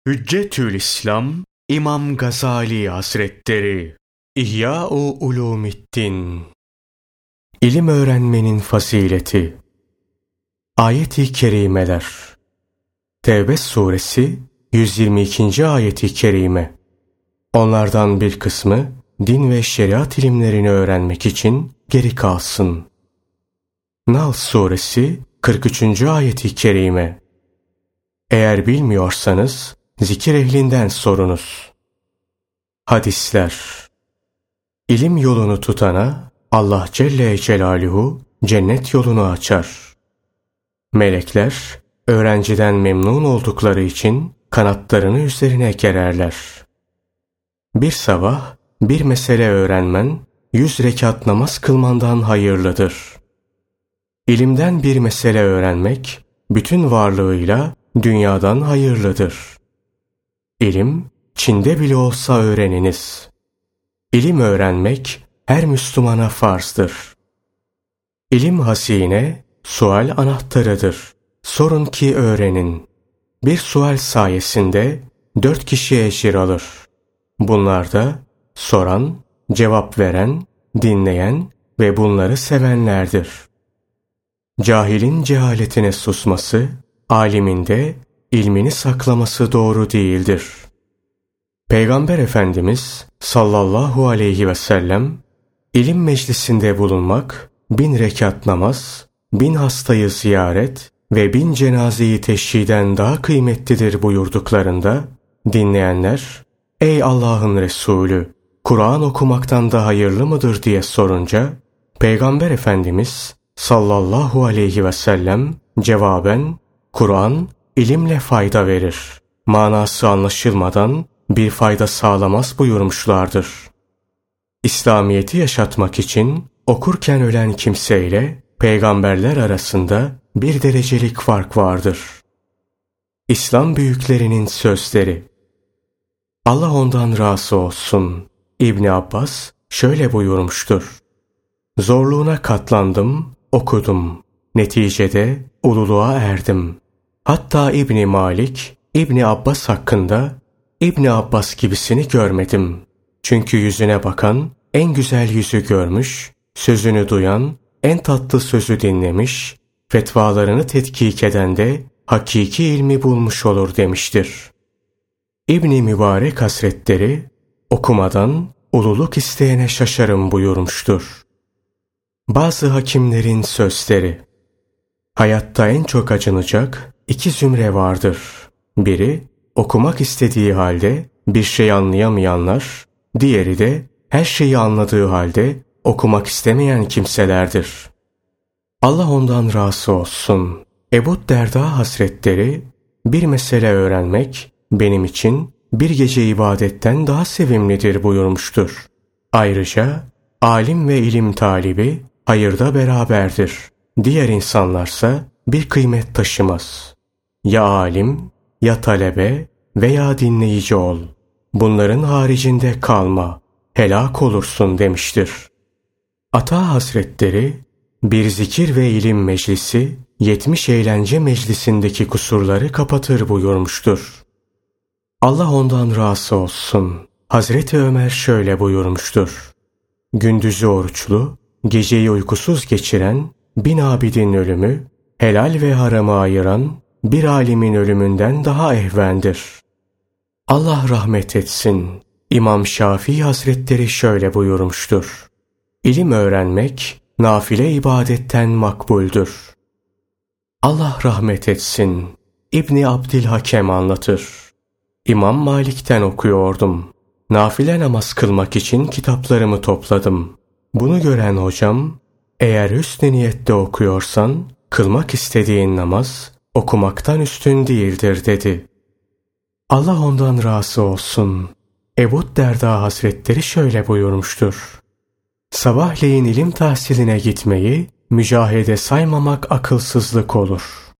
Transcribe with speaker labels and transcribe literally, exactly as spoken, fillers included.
Speaker 1: Hüccetül İslam İmam Gazali Hazretleri İhya-u Ulumiddin. İlim öğrenmenin fazileti. Ayet-i kerimeler. Tevbe suresi yüz yirmi ikinci ayeti kerime. Onlardan bir kısmı din ve şeriat ilimlerini öğrenmek için geri kalsın. Nahl suresi kırk üçüncü ayeti kerime. Eğer bilmiyorsanız zikir ehlinden sorunuz. Hadisler. İlim yolunu tutana Allah Celle Celaluhu cennet yolunu açar. Melekler öğrenciden memnun oldukları için kanatlarını üzerine gererler. Bir sabah bir mesele öğrenmen yüz rekat namaz kılmandan hayırlıdır. İlimden bir mesele öğrenmek bütün varlığıyla dünyadan hayırlıdır. İlim, Çin'de bile olsa öğreniniz. İlim öğrenmek her Müslümana farzdır. İlim hazine, sual anahtarıdır. Sorun ki öğrenin. Bir sual sayesinde dört kişi ecir alır. Bunlar da soran, cevap veren, dinleyen ve bunları sevenlerdir. Cahilin cehaletine susması, alimin de ilmini saklaması doğru değildir. Peygamber Efendimiz sallallahu aleyhi ve sellem, ilim meclisinde bulunmak, bin rekat namaz, bin hastayı ziyaret ve bin cenazeyi teşhiden daha kıymetlidir buyurduklarında, dinleyenler, ey Allah'ın Resulü, Kur'an okumaktan da hayırlı mıdır diye sorunca, Peygamber Efendimiz sallallahu aleyhi ve sellem cevaben, Kur'an ilimle fayda verir. Manası anlaşılmadan bir fayda sağlamaz buyurmuşlardır. İslamiyet'i yaşatmak için okurken ölen kimseyle peygamberler arasında bir derecelik fark vardır. İslam büyüklerinin sözleri. Allah ondan razı olsun. İbni Abbas şöyle buyurmuştur. Zorluğuna katlandım, okudum. Neticede ululuğa erdim. Hatta İbni Malik, İbni Abbas hakkında İbni Abbas gibisini görmedim. Çünkü yüzüne bakan en güzel yüzü görmüş, sözünü duyan en tatlı sözü dinlemiş, fetvalarını tetkik eden de hakiki ilmi bulmuş olur demiştir. İbni Mübarek Hazretleri, okumadan ululuk isteyene şaşarım buyurmuştur. Bazı hakimlerin sözleri. Hayatta en çok acınacak iki zümre vardır. Biri, okumak istediği halde bir şey anlayamayanlar, diğeri de her şeyi anladığı halde okumak istemeyen kimselerdir. Allah ondan razı olsun. Ebu Derda Hazretleri, bir mesele öğrenmek benim için bir gece ibadetten daha sevimlidir buyurmuştur. Ayrıca, alim ve ilim talibi hayırda beraberdir. Diğer insanlarsa bir kıymet taşımaz. Ya alim, ya talebe veya dinleyici ol. Bunların haricinde kalma, helak olursun demiştir. Ata Hazretleri, bir zikir ve ilim meclisi, yetmiş eğlence meclisindeki kusurları kapatır buyurmuştur. Allah ondan razı olsun. Hazreti Ömer şöyle buyurmuştur. Gündüzü oruçlu, geceyi uykusuz geçiren, bin abidin ölümü, helal ve haramı ayıran bir alimin ölümünden daha ehvendir. Allah rahmet etsin. İmam Şafii Hazretleri şöyle buyurmuştur. İlim öğrenmek, nafile ibadetten makbuldür. Allah rahmet etsin. İbni Abdülhakem anlatır. İmam Malik'ten okuyordum. Nafile namaz kılmak için kitaplarımı topladım. Bunu gören hocam, eğer hüsn-i niyette okuyorsan, kılmak istediğin namaz, okumaktan üstün değildir dedi. Allah ondan razı olsun. Ebu Derda Hazretleri şöyle buyurmuştur. Sabahleyin ilim tahsiline gitmeyi mücahede saymamak akılsızlık olur.